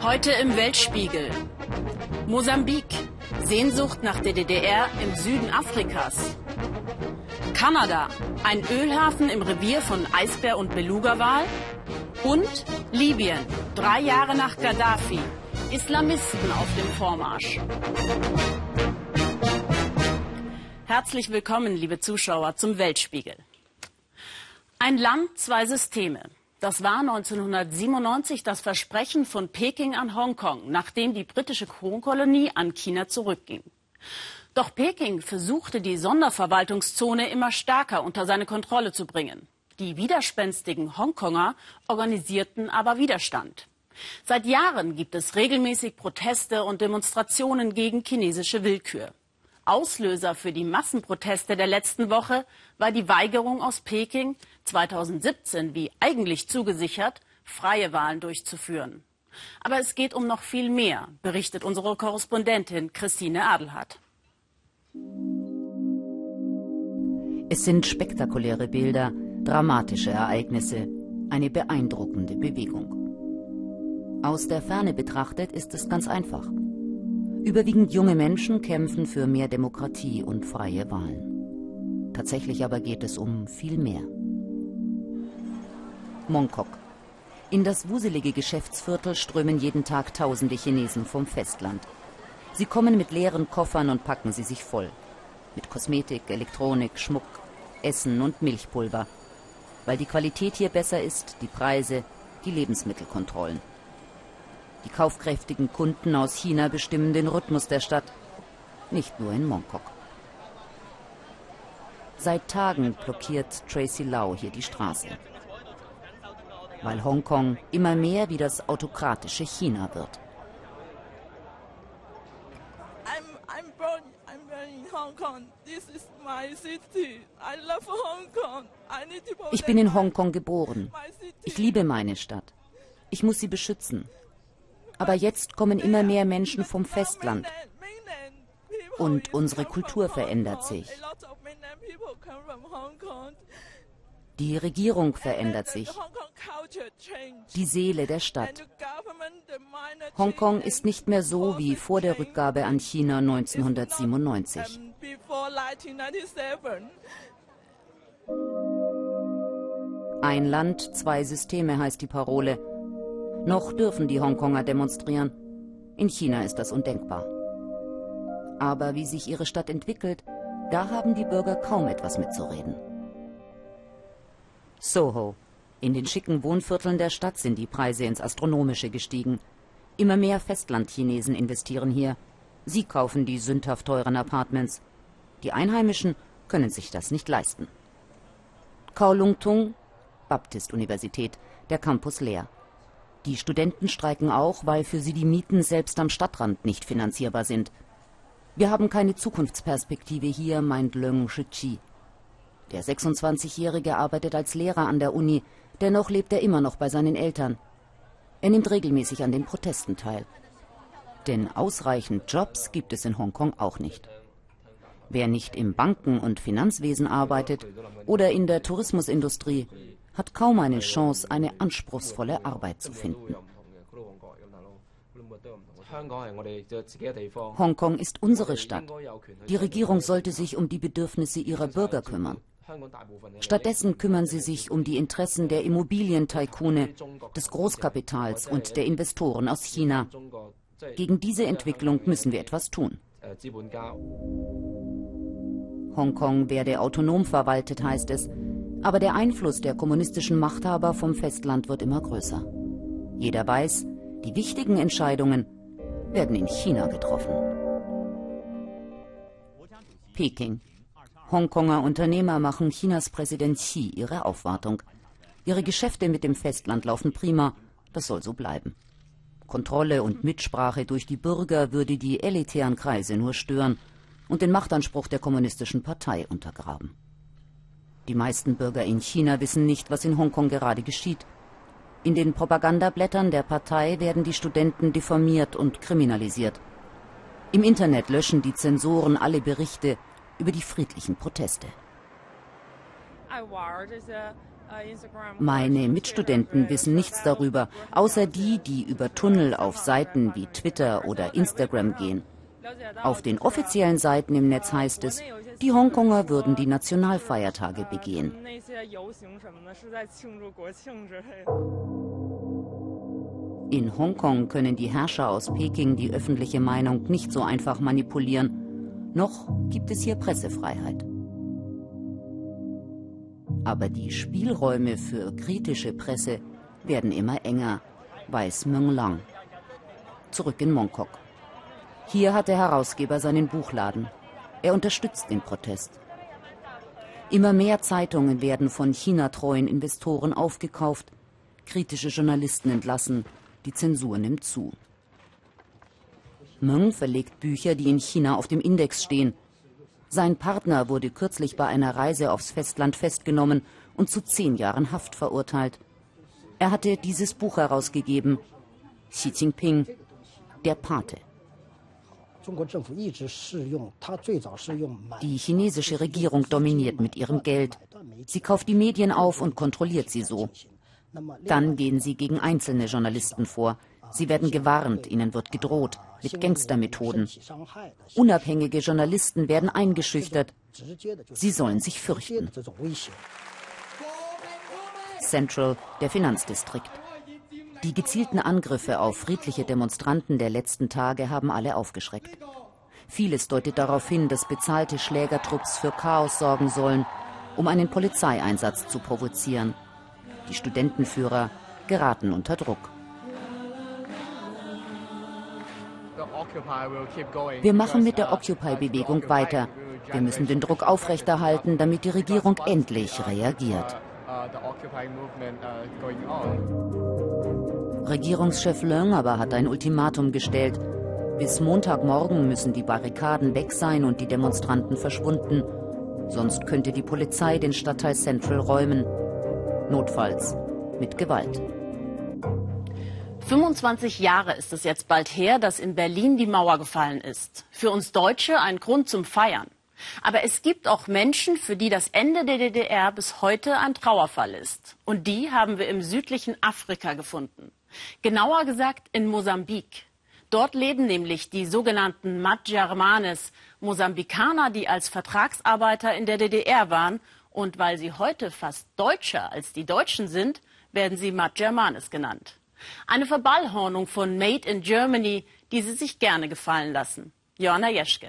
Heute im Weltspiegel. Mosambik. Sehnsucht nach der DDR im Süden Afrikas. Kanada. Ein Ölhafen im Revier von Eisbär- und Belugawal. Und Libyen. 3 Jahre nach Gaddafi. Islamisten auf dem Vormarsch. Herzlich willkommen, liebe Zuschauer, zum Weltspiegel. Ein Land, 2 Systeme. Das war 1997 das Versprechen von Peking an Hongkong, nachdem die britische Kronkolonie an China zurückging. Doch Peking versuchte, die Sonderverwaltungszone immer stärker unter seine Kontrolle zu bringen. Die widerspenstigen Hongkonger organisierten aber Widerstand. Seit Jahren gibt es regelmäßig Proteste und Demonstrationen gegen chinesische Willkür. Auslöser für die Massenproteste der letzten Woche war die Weigerung aus Peking, 2017, wie eigentlich zugesichert, freie Wahlen durchzuführen. Aber es geht um noch viel mehr, berichtet unsere Korrespondentin Christine Adelhardt. Es sind spektakuläre Bilder, dramatische Ereignisse, eine beeindruckende Bewegung. Aus der Ferne betrachtet ist es ganz einfach. Überwiegend junge Menschen kämpfen für mehr Demokratie und freie Wahlen. Tatsächlich aber geht es um viel mehr. Mongkok. In das wuselige Geschäftsviertel strömen jeden Tag tausende Chinesen vom Festland. Sie kommen mit leeren Koffern und packen sie sich voll. Mit Kosmetik, Elektronik, Schmuck, Essen und Milchpulver. Weil die Qualität hier besser ist, die Preise, die Lebensmittelkontrollen. Die kaufkräftigen Kunden aus China bestimmen den Rhythmus der Stadt, nicht nur in Mongkok. Seit Tagen blockiert Tracy Lau hier die Straße, weil Hongkong immer mehr wie das autokratische China wird. Ich bin in Hongkong geboren. Ich liebe meine Stadt. Ich muss sie beschützen. Aber jetzt kommen immer mehr Menschen vom Festland. Und unsere Kultur verändert sich. Die Regierung verändert sich. Die Seele der Stadt. Hongkong ist nicht mehr so wie vor der Rückgabe an China 1997. Ein Land, 2 Systeme heißt die Parole. Noch dürfen die Hongkonger demonstrieren. In China ist das undenkbar. Aber wie sich ihre Stadt entwickelt, da haben die Bürger kaum etwas mitzureden. Soho. In den schicken Wohnvierteln der Stadt sind die Preise ins Astronomische gestiegen. Immer mehr Festlandchinesen investieren hier. Sie kaufen die sündhaft teuren Apartments. Die Einheimischen können sich das nicht leisten. Kowloon, Baptist-Universität, der Campus leer. Die Studenten streiken auch, weil für sie die Mieten selbst am Stadtrand nicht finanzierbar sind. Wir haben keine Zukunftsperspektive hier, meint Leung Shih-chi. Der 26-Jährige arbeitet als Lehrer an der Uni, dennoch lebt er immer noch bei seinen Eltern. Er nimmt regelmäßig an den Protesten teil. Denn ausreichend Jobs gibt es in Hongkong auch nicht. Wer nicht im Banken- und Finanzwesen arbeitet oder in der Tourismusindustrie, hat kaum eine Chance, eine anspruchsvolle Arbeit zu finden. Hongkong ist unsere Stadt. Die Regierung sollte sich um die Bedürfnisse ihrer Bürger kümmern. Stattdessen kümmern sie sich um die Interessen der Immobilientycoone, des Großkapitals und der Investoren aus China. Gegen diese Entwicklung müssen wir etwas tun. Hongkong werde autonom verwaltet, heißt es. Aber der Einfluss der kommunistischen Machthaber vom Festland wird immer größer. Jeder weiß, die wichtigen Entscheidungen werden in China getroffen. Peking. Hongkonger Unternehmer machen Chinas Präsident Xi ihre Aufwartung. Ihre Geschäfte mit dem Festland laufen prima, das soll so bleiben. Kontrolle und Mitsprache durch die Bürger würde die elitären Kreise nur stören und den Machtanspruch der kommunistischen Partei untergraben. Die meisten Bürger in China wissen nicht, was in Hongkong gerade geschieht. In den Propagandablättern der Partei werden die Studenten diffamiert und kriminalisiert. Im Internet löschen die Zensoren alle Berichte über die friedlichen Proteste. Meine Mitstudenten wissen nichts darüber, außer die, die über Tunnel auf Seiten wie Twitter oder Instagram gehen. Auf den offiziellen Seiten im Netz heißt es, die Hongkonger würden die Nationalfeiertage begehen. In Hongkong können die Herrscher aus Peking die öffentliche Meinung nicht so einfach manipulieren. Noch gibt es hier Pressefreiheit. Aber die Spielräume für kritische Presse werden immer enger, weiß Meng Lang. Zurück in Mongkok. Hier hat der Herausgeber seinen Buchladen. Er unterstützt den Protest. Immer mehr Zeitungen werden von China-treuen Investoren aufgekauft, kritische Journalisten entlassen, die Zensur nimmt zu. Meng verlegt Bücher, die in China auf dem Index stehen. Sein Partner wurde kürzlich bei einer Reise aufs Festland festgenommen und zu 10 Jahren Haft verurteilt. Er hatte dieses Buch herausgegeben, Xi Jinping, der Pate. Die chinesische Regierung dominiert mit ihrem Geld. Sie kauft die Medien auf und kontrolliert sie so. Dann gehen sie gegen einzelne Journalisten vor. Sie werden gewarnt, ihnen wird gedroht, mit Gangstermethoden. Unabhängige Journalisten werden eingeschüchtert. Sie sollen sich fürchten. Central, der Finanzdistrikt. Die gezielten Angriffe auf friedliche Demonstranten der letzten Tage haben alle aufgeschreckt. Vieles deutet darauf hin, dass bezahlte Schlägertrupps für Chaos sorgen sollen, um einen Polizeieinsatz zu provozieren. Die Studentenführer geraten unter Druck. Wir machen mit der Occupy-Bewegung weiter. Wir müssen den Druck aufrechterhalten, damit die Regierung endlich reagiert. Regierungschef Leung aber hat ein Ultimatum gestellt. Bis Montagmorgen müssen die Barrikaden weg sein und die Demonstranten verschwunden. Sonst könnte die Polizei den Stadtteil Central räumen. Notfalls mit Gewalt. 25 Jahre ist es jetzt bald her, dass in Berlin die Mauer gefallen ist. Für uns Deutsche ein Grund zum Feiern. Aber es gibt auch Menschen, für die das Ende der DDR bis heute ein Trauerfall ist. Und die haben wir im südlichen Afrika gefunden. Genauer gesagt in Mosambik. Dort leben nämlich die sogenannten Majermanes, Mosambikaner, die als Vertragsarbeiter in der DDR waren. Und weil sie heute fast deutscher als die Deutschen sind, werden sie Majermanes genannt. Eine Verballhornung von Made in Germany, die sie sich gerne gefallen lassen. Joanna Jeschke.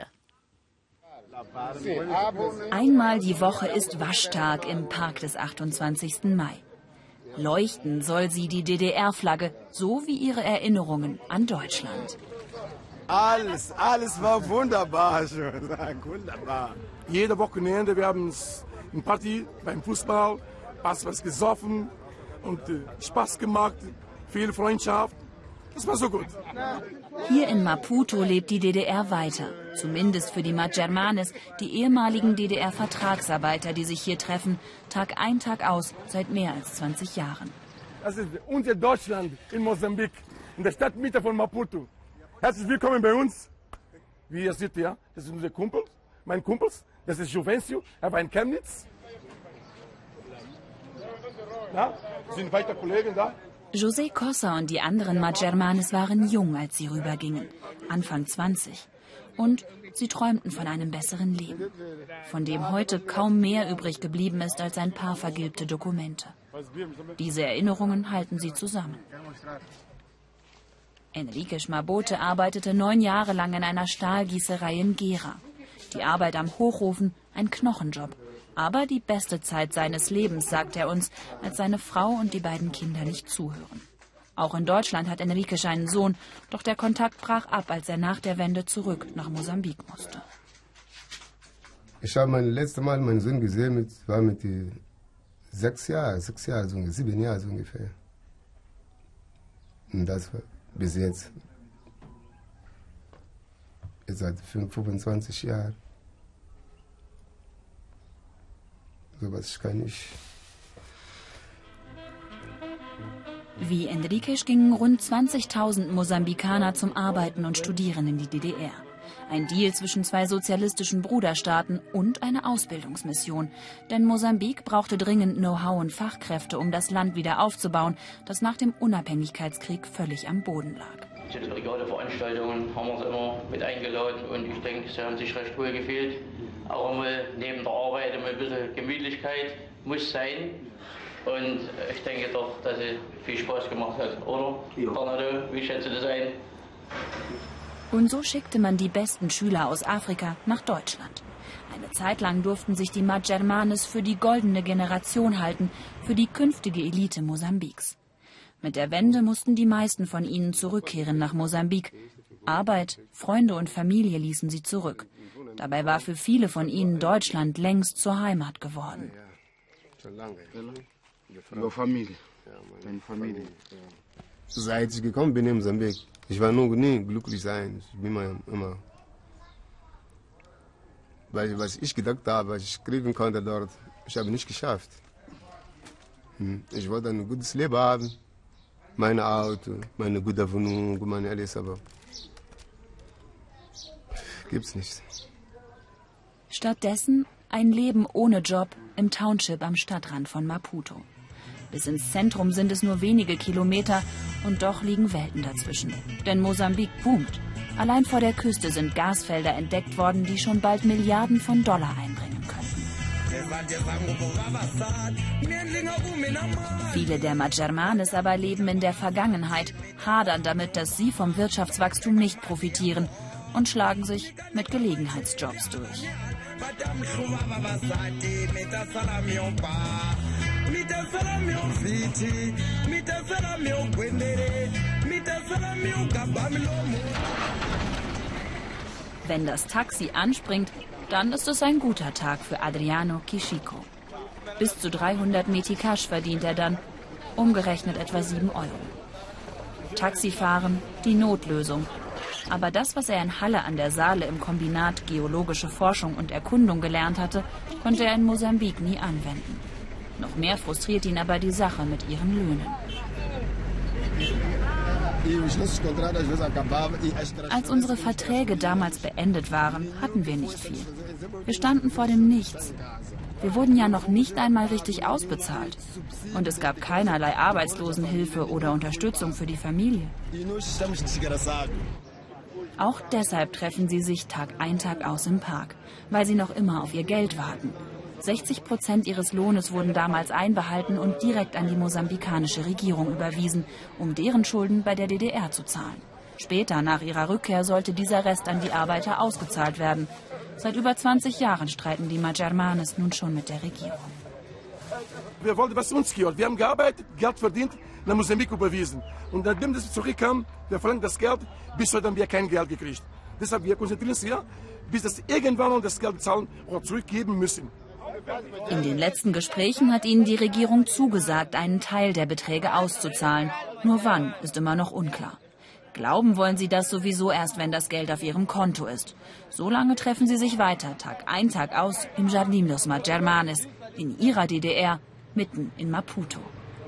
Einmal die Woche ist Waschtag im Park des 28. Mai. Leuchten soll sie die DDR-Flagge, so wie ihre Erinnerungen an Deutschland. Alles war wunderbar schon. Wunderbar. Jede Wochenende, wir haben eine Party beim Fußball, was gesoffen und Spaß gemacht, viel Freundschaft. Das war so gut. Hier in Maputo lebt die DDR weiter. Zumindest für die Majermanes, die ehemaligen DDR-Vertragsarbeiter, die sich hier treffen, Tag ein, Tag aus, seit mehr als 20 Jahren. Das ist unser Deutschland in Mosambik, in der Stadtmitte von Maputo. Herzlich willkommen bei uns. Wie ihr seht, ja, das ist unser Kumpel, mein Kumpel. Das ist Juvencio, er war in Chemnitz. Ja, sind weitere Kollegen da. José Cossa und die anderen Majermanes waren jung, als sie rübergingen, Anfang 20. Und sie träumten von einem besseren Leben, von dem heute kaum mehr übrig geblieben ist als ein paar vergilbte Dokumente. Diese Erinnerungen halten sie zusammen. Enrique Schmabote arbeitete 9 Jahre lang in einer Stahlgießerei in Gera. Die Arbeit am Hochofen, ein Knochenjob. Aber die beste Zeit seines Lebens, sagt er uns, als seine Frau und die beiden Kinder nicht zuhören. Auch in Deutschland hat Enrique einen Sohn, doch der Kontakt brach ab, als er nach der Wende zurück nach Mosambik musste. Ich habe mein letztes Mal meinen Sohn gesehen, war mit 6 Jahren, 7 Jahre so ungefähr. Und das war bis jetzt. Seit 25 Jahren. So was kann ich. Wie Enrique gingen rund 20.000 Mosambikaner zum Arbeiten und Studieren in die DDR. Ein Deal zwischen zwei sozialistischen Bruderstaaten und eine Ausbildungsmission. Denn Mosambik brauchte dringend Know-how und Fachkräfte, um das Land wieder aufzubauen, das nach dem Unabhängigkeitskrieg völlig am Boden lag. Zu den Regatta-Veranstaltungen haben wir sie immer mit eingeladen und ich denke, sie haben sich recht wohl gefühlt. Auch einmal neben der Arbeit immer ein bisschen Gemütlichkeit muss sein. Und ich denke doch, dass es viel Spaß gemacht hat, oder? Ja. Bernardo, wie schätzt du das ein? Und so schickte man die besten Schüler aus Afrika nach Deutschland. Eine Zeit lang durften sich die Magermanes für die goldene Generation halten, für die künftige Elite Mosambiks. Mit der Wende mussten die meisten von ihnen zurückkehren nach Mosambik. Arbeit, Freunde und Familie ließen sie zurück. Dabei war für viele von ihnen Deutschland längst zur Heimat geworden. Seit ich gekommen bin in Mosambik, ich war noch nie glücklich sein. Ich bin immer, weil was ich gedacht habe, was ich schreiben konnte dort, ich habe nicht geschafft. Ich wollte ein gutes Leben haben, mein Auto, meine gute Wohnung, meine alles, aber gibt's nicht. Stattdessen ein Leben ohne Job im Township am Stadtrand von Maputo. Bis ins Zentrum sind es nur wenige Kilometer und doch liegen Welten dazwischen. Denn Mosambik boomt. Allein vor der Küste sind Gasfelder entdeckt worden, die schon bald Milliarden von Dollar einbringen könnten. Viele der Magermanes aber leben in der Vergangenheit, hadern damit, dass sie vom Wirtschaftswachstum nicht profitieren und schlagen sich mit Gelegenheitsjobs durch. Wenn das Taxi anspringt, dann ist es ein guter Tag für Adriano Kishiko. Bis zu 300 Metikash verdient er dann, umgerechnet etwa 7 Euro. Taxifahren, die Notlösung. Aber das, was er in Halle an der Saale im Kombinat Geologische Forschung und Erkundung gelernt hatte, konnte er in Mosambik nie anwenden. Noch mehr frustriert ihn aber die Sache mit ihren Löhnen. Als unsere Verträge damals beendet waren, hatten wir nicht viel. Wir standen vor dem Nichts. Wir wurden ja noch nicht einmal richtig ausbezahlt. Und es gab keinerlei Arbeitslosenhilfe oder Unterstützung für die Familie. Auch deshalb treffen sie sich Tag ein, Tag aus im Park, weil sie noch immer auf ihr Geld warten. 60% ihres Lohnes wurden damals einbehalten und direkt an die mosambikanische Regierung überwiesen, um deren Schulden bei der DDR zu zahlen. Später, nach ihrer Rückkehr, sollte dieser Rest an die Arbeiter ausgezahlt werden. Seit über 20 Jahren streiten die Magermanes nun schon mit der Regierung. Wir wollten, was uns gehört. Wir haben gearbeitet, Geld verdient, nach Mosambik überwiesen. Und nachdem das zurückkam, wir verlangen das Geld, bis heute haben wir kein Geld gekriegt. Deshalb wir konzentrieren uns hier, bis das irgendwann das Geld zahlen oder zurückgeben müssen. In den letzten Gesprächen hat ihnen die Regierung zugesagt, einen Teil der Beträge auszuzahlen. Nur wann, ist immer noch unklar. Glauben wollen sie das sowieso erst, wenn das Geld auf ihrem Konto ist. So lange treffen sie sich weiter, Tag ein, Tag aus, im Jardim dos Magermanes, in ihrer DDR, mitten in Maputo.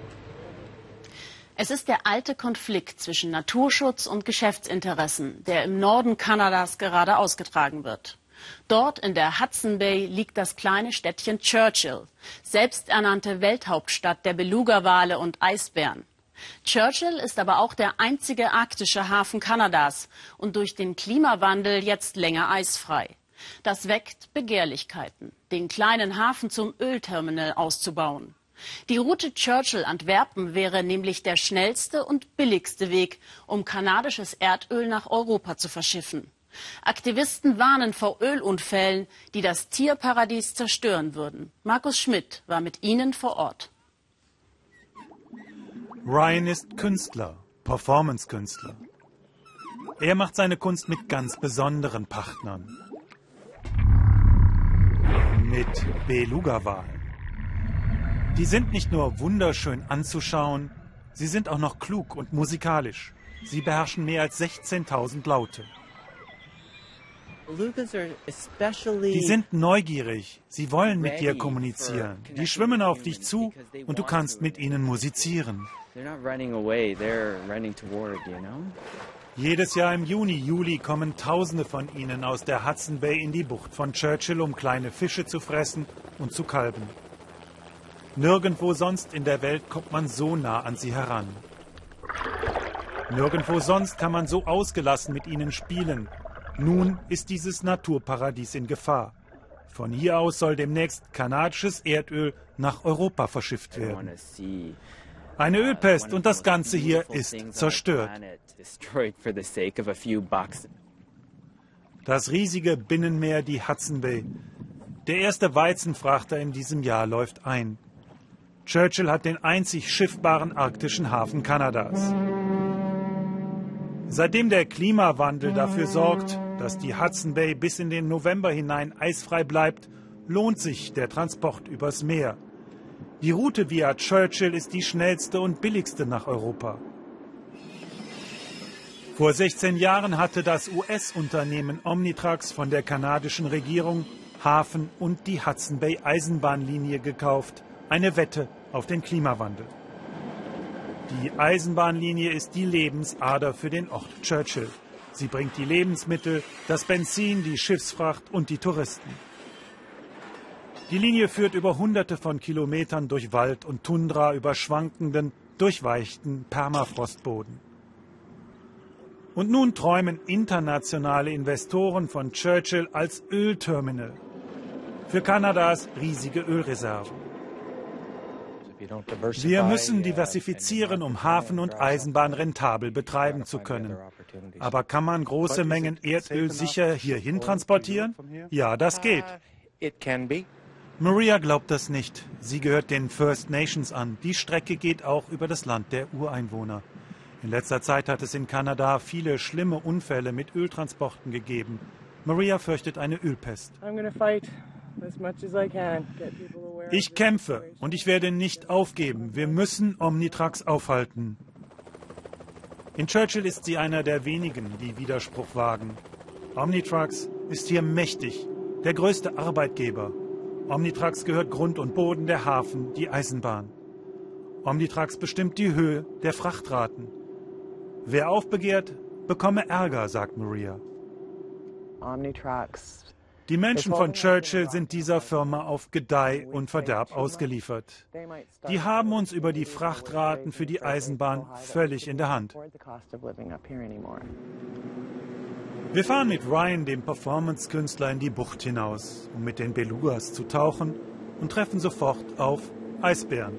Es ist der alte Konflikt zwischen Naturschutz und Geschäftsinteressen, der im Norden Kanadas gerade ausgetragen wird. Dort in der Hudson Bay liegt das kleine Städtchen Churchill, selbsternannte Welthauptstadt der Beluga-Wale und Eisbären. Churchill ist aber auch der einzige arktische Hafen Kanadas und durch den Klimawandel jetzt länger eisfrei. Das weckt Begehrlichkeiten, den kleinen Hafen zum Ölterminal auszubauen. Die Route Churchill-Antwerpen wäre nämlich der schnellste und billigste Weg, um kanadisches Erdöl nach Europa zu verschiffen. Aktivisten warnen vor Ölunfällen, die das Tierparadies zerstören würden. Markus Schmidt war mit ihnen vor Ort. Ryan ist Künstler, Performance-Künstler. Er macht seine Kunst mit ganz besonderen Partnern. Mit Beluga-Walen. Die sind nicht nur wunderschön anzuschauen, sie sind auch noch klug und musikalisch. Sie beherrschen mehr als 16.000 Laute. Die sind neugierig, sie wollen mit dir kommunizieren. Die schwimmen auf dich zu und du kannst mit ihnen musizieren. Jedes Jahr im Juni, Juli kommen Tausende von ihnen aus der Hudson Bay in die Bucht von Churchill, um kleine Fische zu fressen und zu kalben. Nirgendwo sonst in der Welt kommt man so nah an sie heran. Nirgendwo sonst kann man so ausgelassen mit ihnen spielen. Nun ist dieses Naturparadies in Gefahr. Von hier aus soll demnächst kanadisches Erdöl nach Europa verschifft werden. Eine Ölpest und das Ganze hier ist zerstört. Das riesige Binnenmeer, die Hudson Bay. Der erste Weizenfrachter in diesem Jahr läuft ein. Churchill hat den einzig schiffbaren arktischen Hafen Kanadas. Seitdem der Klimawandel dafür sorgt, dass die Hudson Bay bis in den November hinein eisfrei bleibt, lohnt sich der Transport übers Meer. Die Route via Churchill ist die schnellste und billigste nach Europa. Vor 16 Jahren hatte das US-Unternehmen Omnitrax von der kanadischen Regierung Hafen und die Hudson Bay Eisenbahnlinie gekauft. Eine Wette auf den Klimawandel. Die Eisenbahnlinie ist die Lebensader für den Ort Churchill. Sie bringt die Lebensmittel, das Benzin, die Schiffsfracht und die Touristen. Die Linie führt über Hunderte von Kilometern durch Wald und Tundra, über schwankenden, durchweichten Permafrostboden. Und nun träumen internationale Investoren von Churchill als Ölterminal für Kanadas riesige Ölreserven. Wir müssen diversifizieren, um Hafen und Eisenbahn rentabel betreiben zu können. Aber kann man große Mengen Erdöl sicher hierhin transportieren? Ja, das geht. Maria glaubt das nicht. Sie gehört den First Nations an. Die Strecke geht auch über das Land der Ureinwohner. In letzter Zeit hat es in Kanada viele schlimme Unfälle mit Öltransporten gegeben. Maria fürchtet eine Ölpest. Ich kämpfe und ich werde nicht aufgeben. Wir müssen Omnitrax aufhalten. In Churchill ist sie einer der wenigen, die Widerspruch wagen. Omnitrax ist hier mächtig, der größte Arbeitgeber. Omnitrax gehört Grund und Boden, der Hafen, die Eisenbahn. Omnitrax bestimmt die Höhe der Frachtraten. Wer aufbegehrt, bekomme Ärger, sagt Maria. Die Menschen von Churchill sind dieser Firma auf Gedeih und Verderb ausgeliefert. Die haben uns über die Frachtraten für die Eisenbahn völlig in der Hand. Wir fahren mit Ryan, dem Performance-Künstler, in die Bucht hinaus, um mit den Belugas zu tauchen und treffen sofort auf Eisbären.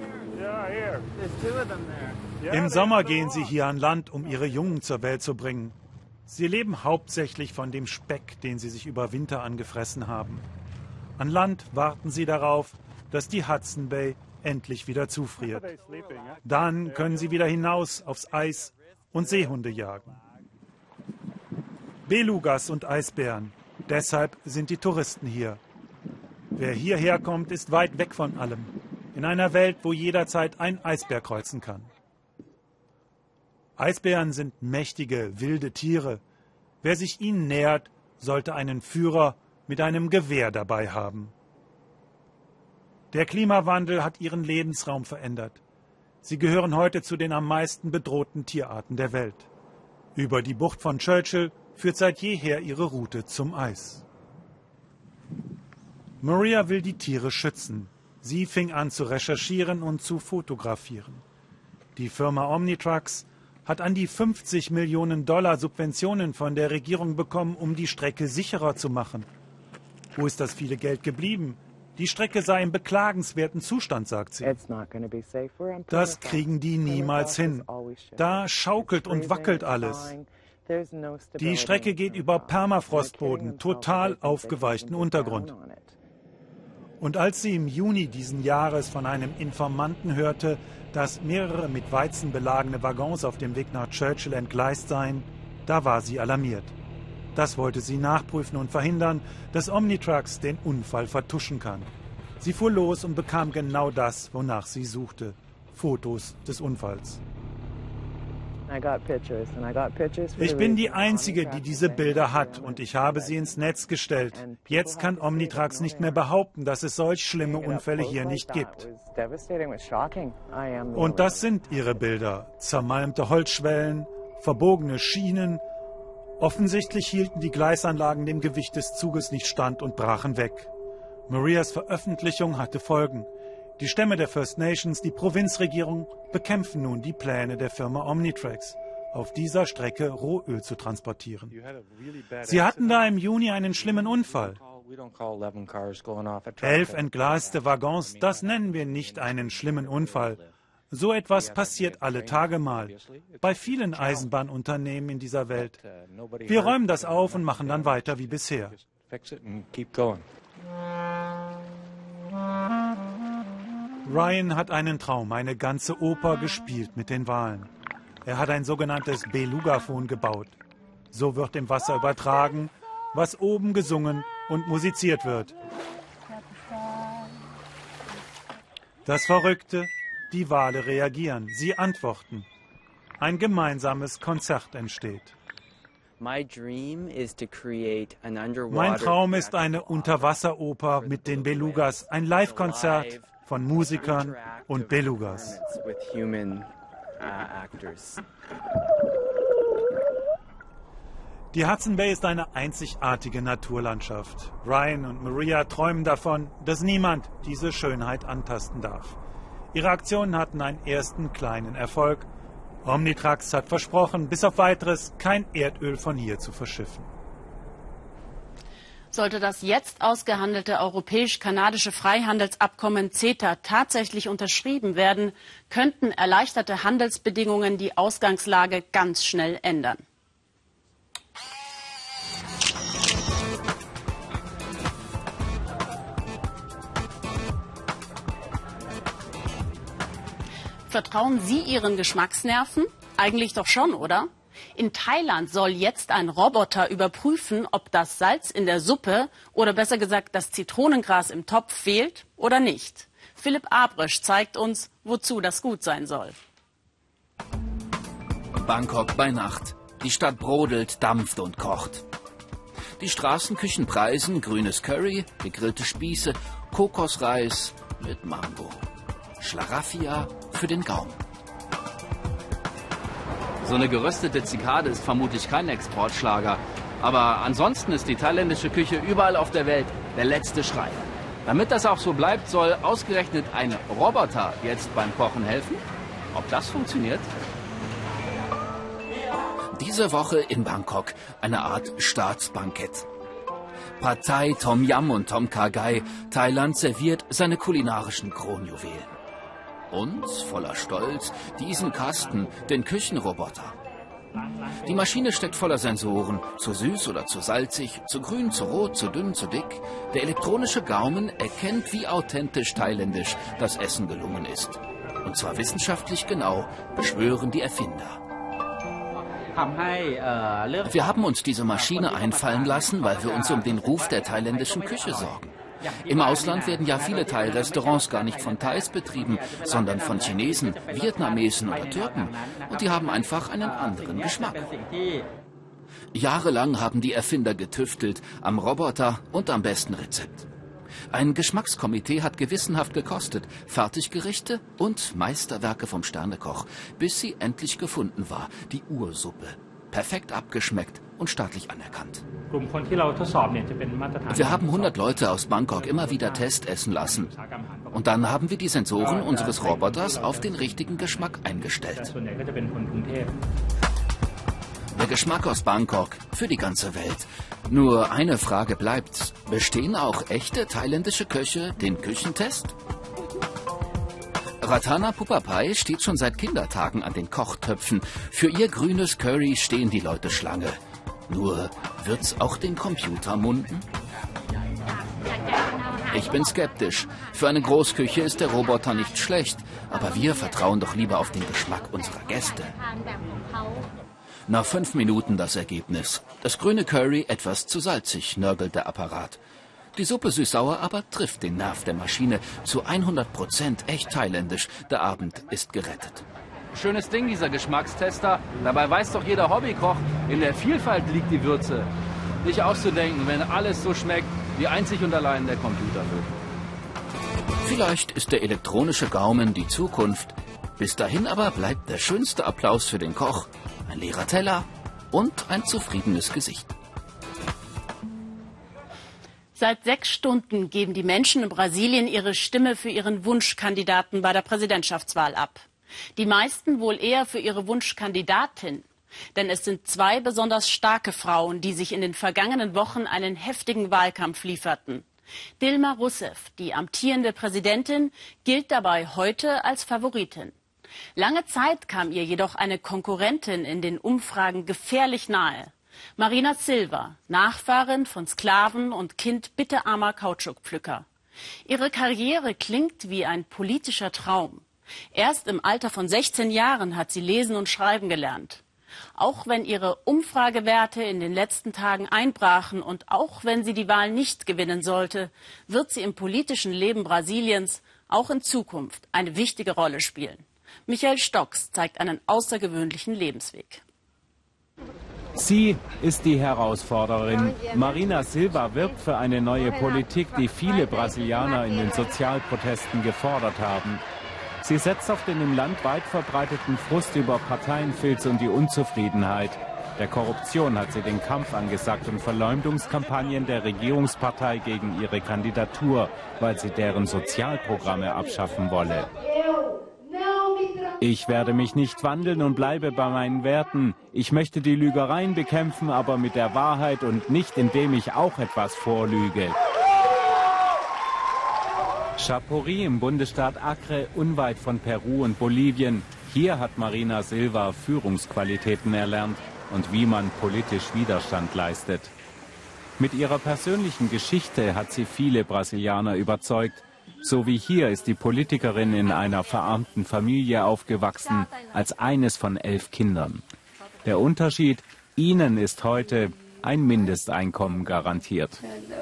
Im Sommer gehen sie hier an Land, um ihre Jungen zur Welt zu bringen. Sie leben hauptsächlich von dem Speck, den sie sich über Winter angefressen haben. An Land warten sie darauf, dass die Hudson Bay endlich wieder zufriert. Dann können sie wieder hinaus aufs Eis und Seehunde jagen. Belugas und Eisbären, deshalb sind die Touristen hier. Wer hierher kommt, ist weit weg von allem. In einer Welt, wo jederzeit ein Eisbär kreuzen kann. Eisbären sind mächtige, wilde Tiere. Wer sich ihnen nähert, sollte einen Führer mit einem Gewehr dabei haben. Der Klimawandel hat ihren Lebensraum verändert. Sie gehören heute zu den am meisten bedrohten Tierarten der Welt. Über die Bucht von Churchill führt seit jeher ihre Route zum Eis. Maria will die Tiere schützen. Sie fing an zu recherchieren und zu fotografieren. Die Firma Omnitrax hat an die 50 Millionen $ Subventionen von der Regierung bekommen, um die Strecke sicherer zu machen. Wo ist das viele Geld geblieben? Die Strecke sei im beklagenswerten Zustand, sagt sie. Das kriegen die niemals hin. Da schaukelt und wackelt alles. Die Strecke geht über Permafrostboden, total aufgeweichten Untergrund. Und als sie im Juni diesen Jahres von einem Informanten hörte, dass mehrere mit Weizen beladene Waggons auf dem Weg nach Churchill entgleist seien, da war sie alarmiert. Das wollte sie nachprüfen und verhindern, dass Omnitrax den Unfall vertuschen kann. Sie fuhr los und bekam genau das, wonach sie suchte: Fotos des Unfalls. Ich bin die Einzige, die diese Bilder hat, und ich habe sie ins Netz gestellt. Jetzt kann Omnitrax nicht mehr behaupten, dass es solch schlimme Unfälle hier nicht gibt. Und das sind ihre Bilder: zermalmte Holzschwellen, verbogene Schienen. Offensichtlich hielten die Gleisanlagen dem Gewicht des Zuges nicht stand und brachen weg. Marias Veröffentlichung hatte Folgen. Die Stämme der First Nations, die Provinzregierung, bekämpfen nun die Pläne der Firma Omnitrax, auf dieser Strecke Rohöl zu transportieren. Sie hatten da im Juni einen schlimmen Unfall. 11 entgleiste Waggons, das nennen wir nicht einen schlimmen Unfall. So etwas passiert alle Tage mal, bei vielen Eisenbahnunternehmen in dieser Welt. Wir räumen das auf und machen dann weiter wie bisher. Ryan hat einen Traum, eine ganze Oper gespielt mit den Walen. Er hat ein sogenanntes Belugaphon gebaut. So wird im Wasser übertragen, was oben gesungen und musiziert wird. Das Verrückte, die Wale reagieren, sie antworten. Ein gemeinsames Konzert entsteht. Mein Traum ist eine Unterwasseroper mit den Belugas, ein Live-Konzert von Musikern und Belugas. Die Hudson Bay ist eine einzigartige Naturlandschaft. Ryan und Maria träumen davon, dass niemand diese Schönheit antasten darf. Ihre Aktionen hatten einen ersten kleinen Erfolg. Omnitrax hat versprochen, bis auf Weiteres kein Erdöl von hier zu verschiffen. Sollte das jetzt ausgehandelte europäisch-kanadische Freihandelsabkommen CETA tatsächlich unterschrieben werden, könnten erleichterte Handelsbedingungen die Ausgangslage ganz schnell ändern. Vertrauen Sie Ihren Geschmacksnerven? Eigentlich doch schon, oder? In Thailand soll jetzt ein Roboter überprüfen, ob das Salz in der Suppe oder besser gesagt das Zitronengras im Topf fehlt oder nicht. Philipp Abrisch zeigt uns, wozu das gut sein soll. Bangkok bei Nacht. Die Stadt brodelt, dampft und kocht. Die Straßenküchen preisen grünes Curry, gegrillte Spieße, Kokosreis mit Mango. Schlaraffia für den Gaumen. So eine geröstete Zikade ist vermutlich kein Exportschlager. Aber ansonsten ist die thailändische Küche überall auf der Welt der letzte Schrei. Damit das auch so bleibt, soll ausgerechnet ein Roboter jetzt beim Kochen helfen? Ob das funktioniert? Diese Woche in Bangkok eine Art Staatsbankett. Pad Thai, Tom Yum und Tom Kha Gai. Thailand serviert seine kulinarischen Kronjuwelen. Und, voller Stolz, diesen Kasten, den Küchenroboter. Die Maschine steckt voller Sensoren, zu süß oder zu salzig, zu grün, zu rot, zu dünn, zu dick. Der elektronische Gaumen erkennt, wie authentisch thailändisch das Essen gelungen ist. Und zwar wissenschaftlich genau, beschwören die Erfinder. Wir haben uns diese Maschine einfallen lassen, weil wir uns um den Ruf der thailändischen Küche sorgen. Im Ausland werden ja viele Thai-Restaurants gar nicht von Thais betrieben, sondern von Chinesen, Vietnamesen oder Türken. Und die haben einfach einen anderen Geschmack. Jahrelang haben die Erfinder getüftelt, am Roboter und am besten Rezept. Ein Geschmackskomitee hat gewissenhaft gekostet, Fertiggerichte und Meisterwerke vom Sternekoch, bis sie endlich gefunden war, die Ursuppe. Perfekt abgeschmeckt und staatlich anerkannt. Wir haben 100 Leute aus Bangkok immer wieder Testessen lassen. Und dann haben wir die Sensoren unseres Roboters auf den richtigen Geschmack eingestellt. Der Geschmack aus Bangkok für die ganze Welt. Nur eine Frage bleibt. Bestehen auch echte thailändische Köche den Küchentest? Ratana Pupapai steht schon seit Kindertagen an den Kochtöpfen. Für ihr grünes Curry stehen die Leute Schlange. Nur, wird's auch den Computer munden? Ich bin skeptisch. Für eine Großküche ist der Roboter nicht schlecht. Aber wir vertrauen doch lieber auf den Geschmack unserer Gäste. Nach 5 Minuten das Ergebnis. Das grüne Curry etwas zu salzig, nörgelt der Apparat. Die Suppe süß-sauer aber trifft den Nerv der Maschine. Zu 100% echt thailändisch. Der Abend ist gerettet. Schönes Ding, dieser Geschmackstester. Dabei weiß doch jeder Hobbykoch, in der Vielfalt liegt die Würze. Nicht auszudenken, wenn alles so schmeckt, wie einzig und allein der Computer will. Vielleicht ist der elektronische Gaumen die Zukunft. Bis dahin aber bleibt der schönste Applaus für den Koch ein leerer Teller und ein zufriedenes Gesicht. Seit 6 Stunden geben die Menschen in Brasilien ihre Stimme für ihren Wunschkandidaten bei der Präsidentschaftswahl ab. Die meisten wohl eher für ihre Wunschkandidatin. Denn es sind 2 besonders starke Frauen, die sich in den vergangenen Wochen einen heftigen Wahlkampf lieferten. Dilma Rousseff, die amtierende Präsidentin, gilt dabei heute als Favoritin. Lange Zeit kam ihr jedoch eine Konkurrentin in den Umfragen gefährlich nahe. Marina Silva, Nachfahrin von Sklaven und Kind bitterarmer Kautschukpflücker. Ihre Karriere klingt wie ein politischer Traum. Erst im Alter von 16 Jahren hat sie lesen und schreiben gelernt. Auch wenn ihre Umfragewerte in den letzten Tagen einbrachen und auch wenn sie die Wahl nicht gewinnen sollte, wird sie im politischen Leben Brasiliens auch in Zukunft eine wichtige Rolle spielen. Michael Stocks zeigt einen außergewöhnlichen Lebensweg. Sie ist die Herausforderin. Marina Silva wirbt für eine neue Politik, die viele Brasilianer in den Sozialprotesten gefordert haben. Sie setzt auf den im Land weit verbreiteten Frust über Parteienfilz und die Unzufriedenheit. Der Korruption hat sie den Kampf angesagt und Verleumdungskampagnen der Regierungspartei gegen ihre Kandidatur, weil sie deren Sozialprogramme abschaffen wolle. Ich werde mich nicht wandeln und bleibe bei meinen Werten. Ich möchte die Lügereien bekämpfen, aber mit der Wahrheit und nicht, indem ich auch etwas vorlüge. Chapuri im Bundesstaat Acre, unweit von Peru und Bolivien. Hier hat Marina Silva Führungsqualitäten erlernt und wie man politisch Widerstand leistet. Mit ihrer persönlichen Geschichte hat sie viele Brasilianer überzeugt. So wie hier ist die Politikerin in einer verarmten Familie aufgewachsen, als eines von 11 Kindern. Der Unterschied, ihnen ist heute ein Mindesteinkommen garantiert.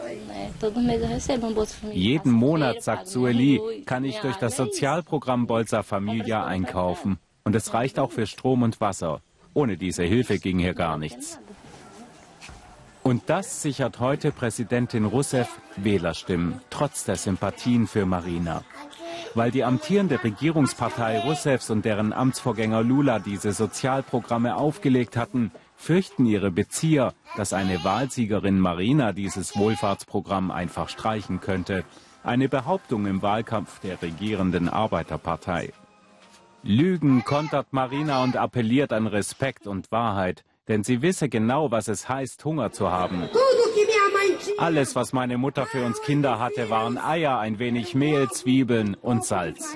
Jeden Monat, sagt Sueli, kann ich durch das Sozialprogramm Bolsa Familia einkaufen. Und es reicht auch für Strom und Wasser. Ohne diese Hilfe ging hier gar nichts. Und das sichert heute Präsidentin Rousseff Wählerstimmen, trotz der Sympathien für Marina. Weil die amtierende Regierungspartei Rousseffs und deren Amtsvorgänger Lula diese Sozialprogramme aufgelegt hatten, fürchten ihre Bezieher, dass eine Wahlsiegerin Marina dieses Wohlfahrtsprogramm einfach streichen könnte. Eine Behauptung im Wahlkampf der regierenden Arbeiterpartei. Lügen kontert Marina und appelliert an Respekt und Wahrheit, denn sie wisse genau, was es heißt, Hunger zu haben. Alles, was meine Mutter für uns Kinder hatte, waren Eier, ein wenig Mehl, Zwiebeln und Salz.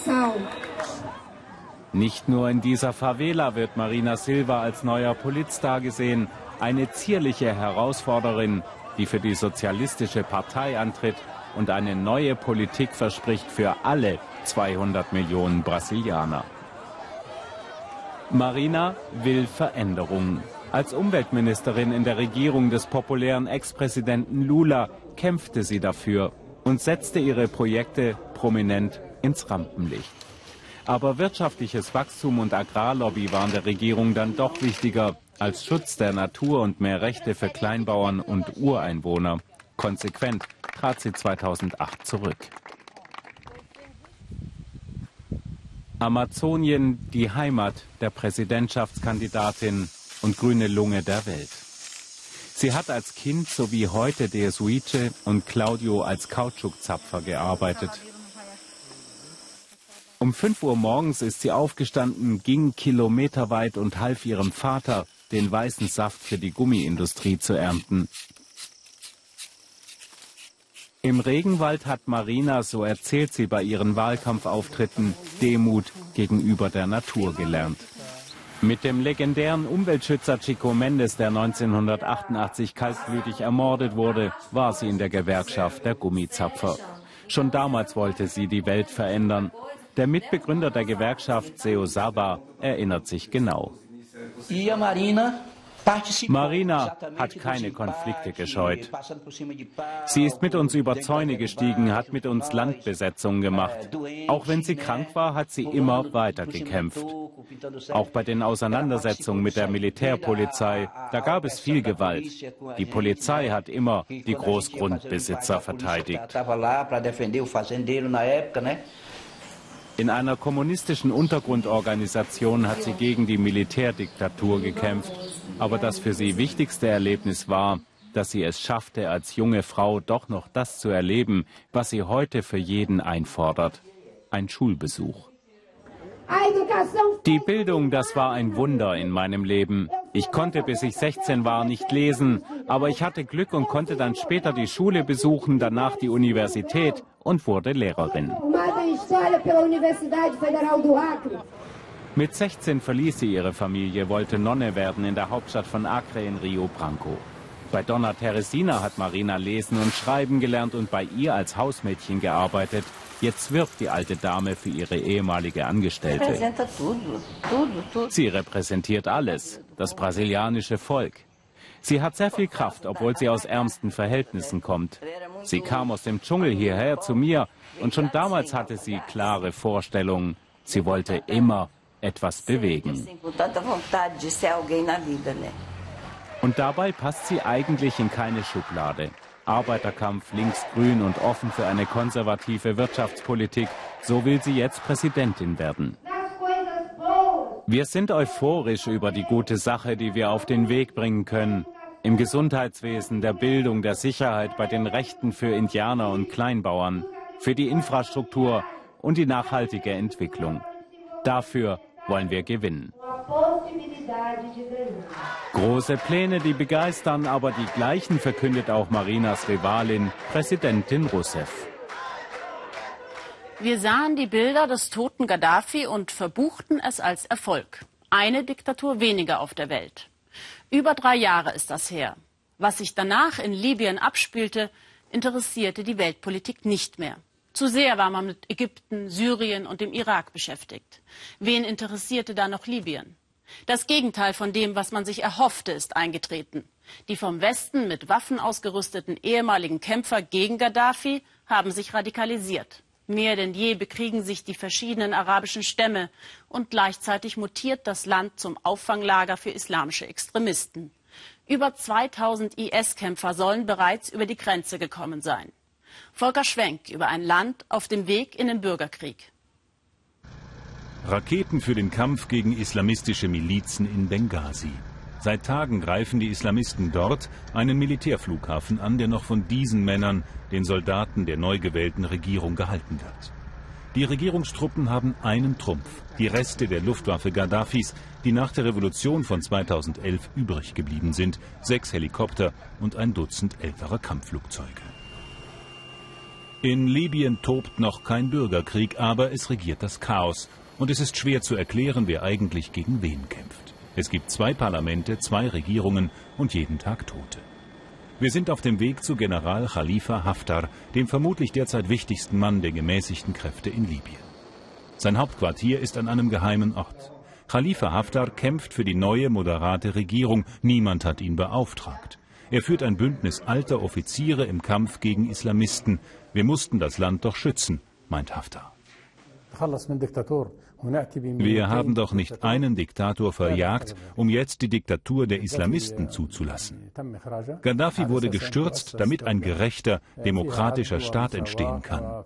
Nicht nur in dieser Favela wird Marina Silva als neuer Politstar gesehen, eine zierliche Herausforderin, die für die Sozialistische Partei antritt und eine neue Politik verspricht für alle 200 Millionen Brasilianer. Marina will Veränderungen. Als Umweltministerin in der Regierung des populären Ex-Präsidenten Lula kämpfte sie dafür und setzte ihre Projekte prominent ins Rampenlicht. Aber wirtschaftliches Wachstum und Agrarlobby waren der Regierung dann doch wichtiger als Schutz der Natur und mehr Rechte für Kleinbauern und Ureinwohner. Konsequent trat sie 2008 zurück. Amazonien, die Heimat der Präsidentschaftskandidatin und grüne Lunge der Welt. Sie hat als Kind sowie heute de Suiche und Claudio als Kautschukzapfer gearbeitet. Um 5 Uhr morgens ist sie aufgestanden, ging kilometerweit und half ihrem Vater, den weißen Saft für die Gummiindustrie zu ernten. Im Regenwald hat Marina, so erzählt sie bei ihren Wahlkampfauftritten, Demut gegenüber der Natur gelernt. Mit dem legendären Umweltschützer Chico Mendes, der 1988 kaltblütig ermordet wurde, war sie in der Gewerkschaft der Gummizapfer. Schon damals wollte sie die Welt verändern. Der Mitbegründer der Gewerkschaft, Seu Saba, erinnert sich genau. Marina hat keine Konflikte gescheut. Sie ist mit uns über Zäune gestiegen, hat mit uns Landbesetzung gemacht. Auch wenn sie krank war, hat sie immer weiter gekämpft. Auch bei den Auseinandersetzungen mit der Militärpolizei, da gab es viel Gewalt. Die Polizei hat immer die Großgrundbesitzer verteidigt. In einer kommunistischen Untergrundorganisation hat sie gegen die Militärdiktatur gekämpft. Aber das für sie wichtigste Erlebnis war, dass sie es schaffte, als junge Frau doch noch das zu erleben, was sie heute für jeden einfordert: ein Schulbesuch. Die Bildung, das war ein Wunder in meinem Leben. Ich konnte, bis ich 16 war, nicht lesen, aber ich hatte Glück und konnte dann später die Schule besuchen, danach die Universität und wurde Lehrerin. Mit 16 verließ sie ihre Familie, wollte Nonne werden in der Hauptstadt von Acre in Rio Branco. Bei Donna Teresina hat Marina lesen und schreiben gelernt und bei ihr als Hausmädchen gearbeitet. Jetzt wirbt die alte Dame für ihre ehemalige Angestellte. Sie repräsentiert alles, das brasilianische Volk. Sie hat sehr viel Kraft, obwohl sie aus ärmsten Verhältnissen kommt. Sie kam aus dem Dschungel hierher zu mir und schon damals hatte sie klare Vorstellungen. Sie wollte immer etwas bewegen. Und dabei passt sie eigentlich in keine Schublade. Arbeiterkampf, linksgrün und offen für eine konservative Wirtschaftspolitik. So will sie jetzt Präsidentin werden. Wir sind euphorisch über die gute Sache, die wir auf den Weg bringen können. Im Gesundheitswesen, der Bildung, der Sicherheit, bei den Rechten für Indianer und Kleinbauern, für die Infrastruktur und die nachhaltige Entwicklung. Dafür wollen wir gewinnen. Große Pläne, die begeistern, aber die gleichen verkündet auch Marinas Rivalin, Präsidentin Rousseff. Wir sahen die Bilder des toten Gaddafi und verbuchten es als Erfolg. Eine Diktatur weniger auf der Welt. Über 3 Jahre ist das her. Was sich danach in Libyen abspielte, interessierte die Weltpolitik nicht mehr. Zu sehr war man mit Ägypten, Syrien und dem Irak beschäftigt. Wen interessierte da noch Libyen? Das Gegenteil von dem, was man sich erhoffte, ist eingetreten. Die vom Westen mit Waffen ausgerüsteten ehemaligen Kämpfer gegen Gaddafi haben sich radikalisiert. Mehr denn je bekriegen sich die verschiedenen arabischen Stämme und gleichzeitig mutiert das Land zum Auffanglager für islamische Extremisten. Über 2000 IS-Kämpfer sollen bereits über die Grenze gekommen sein. Volker Schwenk über ein Land auf dem Weg in den Bürgerkrieg. Raketen für den Kampf gegen islamistische Milizen in Benghazi. Seit Tagen greifen die Islamisten dort einen Militärflughafen an, der noch von diesen Männern, den Soldaten der neu gewählten Regierung, gehalten wird. Die Regierungstruppen haben einen Trumpf: die Reste der Luftwaffe Gaddafis, die nach der Revolution von 2011 übrig geblieben sind, 6 Helikopter und ein Dutzend älterer Kampfflugzeuge. In Libyen tobt noch kein Bürgerkrieg, aber es regiert das Chaos. Und es ist schwer zu erklären, wer eigentlich gegen wen kämpft. Es gibt 2 Parlamente, 2 Regierungen und jeden Tag Tote. Wir sind auf dem Weg zu General Khalifa Haftar, dem vermutlich derzeit wichtigsten Mann der gemäßigten Kräfte in Libyen. Sein Hauptquartier ist an einem geheimen Ort. Khalifa Haftar kämpft für die neue, moderate Regierung. Niemand hat ihn beauftragt. Er führt ein Bündnis alter Offiziere im Kampf gegen Islamisten. Wir mussten das Land doch schützen, meint Haftar. Wir haben doch nicht einen Diktator verjagt, um jetzt die Diktatur der Islamisten zuzulassen. Gaddafi wurde gestürzt, damit ein gerechter, demokratischer Staat entstehen kann.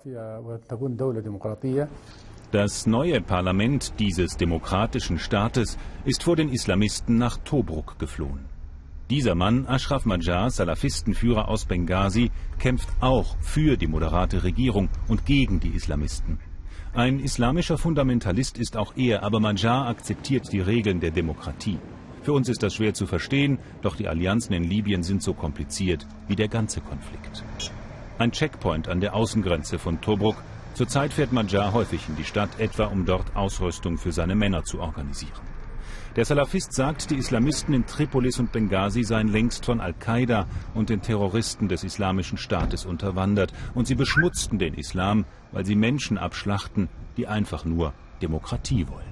Das neue Parlament dieses demokratischen Staates ist vor den Islamisten nach Tobruk geflohen. Dieser Mann, Ashraf Majar, Salafistenführer aus Benghazi, kämpft auch für die moderate Regierung und gegen die Islamisten. Ein islamischer Fundamentalist ist auch er, aber Majar akzeptiert die Regeln der Demokratie. Für uns ist das schwer zu verstehen, doch die Allianzen in Libyen sind so kompliziert wie der ganze Konflikt. Ein Checkpoint an der Außengrenze von Tobruk. Zurzeit fährt Majar häufig in die Stadt, etwa um dort Ausrüstung für seine Männer zu organisieren. Der Salafist sagt, die Islamisten in Tripolis und Benghazi seien längst von Al-Qaida und den Terroristen des Islamischen Staates unterwandert und sie beschmutzten den Islam, weil sie Menschen abschlachten, die einfach nur Demokratie wollen.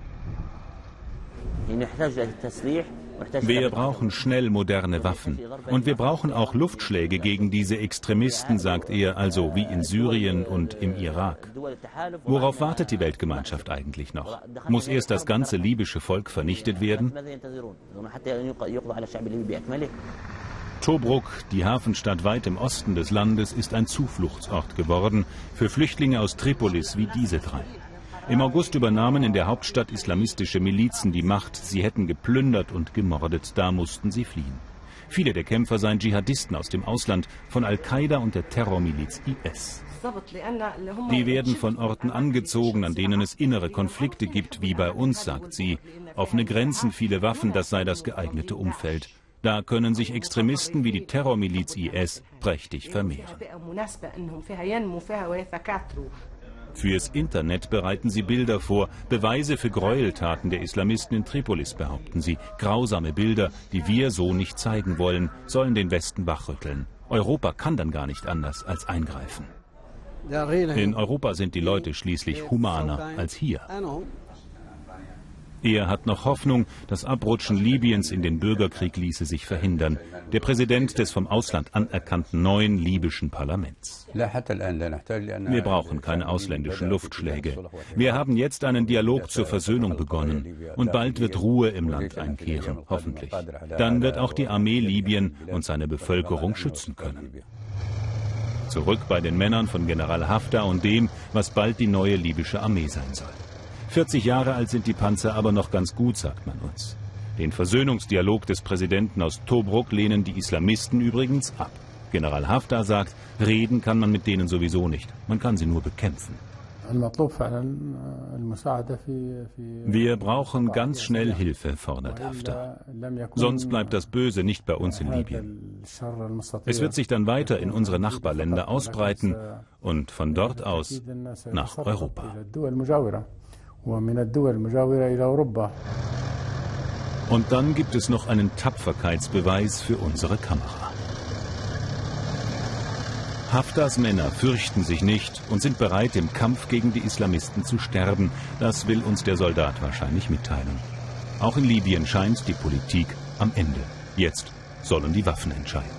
Wir brauchen schnell moderne Waffen. Und wir brauchen auch Luftschläge gegen diese Extremisten, sagt er, also wie in Syrien und im Irak. Worauf wartet die Weltgemeinschaft eigentlich noch? Muss erst das ganze libysche Volk vernichtet werden? Tobruk, die Hafenstadt weit im Osten des Landes, ist ein Zufluchtsort geworden für Flüchtlinge aus Tripolis wie diese 3. Im August übernahmen in der Hauptstadt islamistische Milizen die Macht. Sie hätten geplündert und gemordet. Da mussten sie fliehen. Viele der Kämpfer seien Dschihadisten aus dem Ausland, von Al-Qaida und der Terrormiliz IS. Die werden von Orten angezogen, an denen es innere Konflikte gibt, wie bei uns, sagt sie. Offene Grenzen, viele Waffen, das sei das geeignete Umfeld. Da können sich Extremisten wie die Terrormiliz IS prächtig vermehren. Fürs Internet bereiten sie Bilder vor, Beweise für Gräueltaten der Islamisten in Tripolis, behaupten sie. Grausame Bilder, die wir so nicht zeigen wollen, sollen den Westen wachrütteln. Europa kann dann gar nicht anders als eingreifen. In Europa sind die Leute schließlich humaner als hier. Er hat noch Hoffnung, das Abrutschen Libyens in den Bürgerkrieg ließe sich verhindern. Der Präsident des vom Ausland anerkannten neuen libyschen Parlaments. Wir brauchen keine ausländischen Luftschläge. Wir haben jetzt einen Dialog zur Versöhnung begonnen. Und bald wird Ruhe im Land einkehren, hoffentlich. Dann wird auch die Armee Libyen und seine Bevölkerung schützen können. Zurück bei den Männern von General Haftar und dem, was bald die neue libysche Armee sein soll. 40 Jahre alt sind die Panzer aber noch ganz gut, sagt man uns. Den Versöhnungsdialog des Präsidenten aus Tobruk lehnen die Islamisten übrigens ab. General Haftar sagt, reden kann man mit denen sowieso nicht. Man kann sie nur bekämpfen. Wir brauchen ganz schnell Hilfe, fordert Haftar. Sonst bleibt das Böse nicht bei uns in Libyen. Es wird sich dann weiter in unsere Nachbarländer ausbreiten und von dort aus nach Europa. Und dann gibt es noch einen Tapferkeitsbeweis für unsere Kamera. Haftars Männer fürchten sich nicht und sind bereit, im Kampf gegen die Islamisten zu sterben. Das will uns der Soldat wahrscheinlich mitteilen. Auch in Libyen scheint die Politik am Ende. Jetzt sollen die Waffen entscheiden.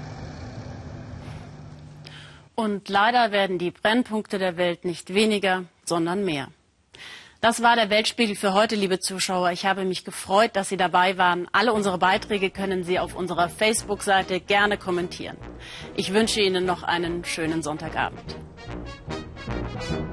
Und leider werden die Brennpunkte der Welt nicht weniger, sondern mehr. Das war der Weltspiegel für heute, liebe Zuschauer. Ich habe mich gefreut, dass Sie dabei waren. Alle unsere Beiträge können Sie auf unserer Facebook-Seite gerne kommentieren. Ich wünsche Ihnen noch einen schönen Sonntagabend.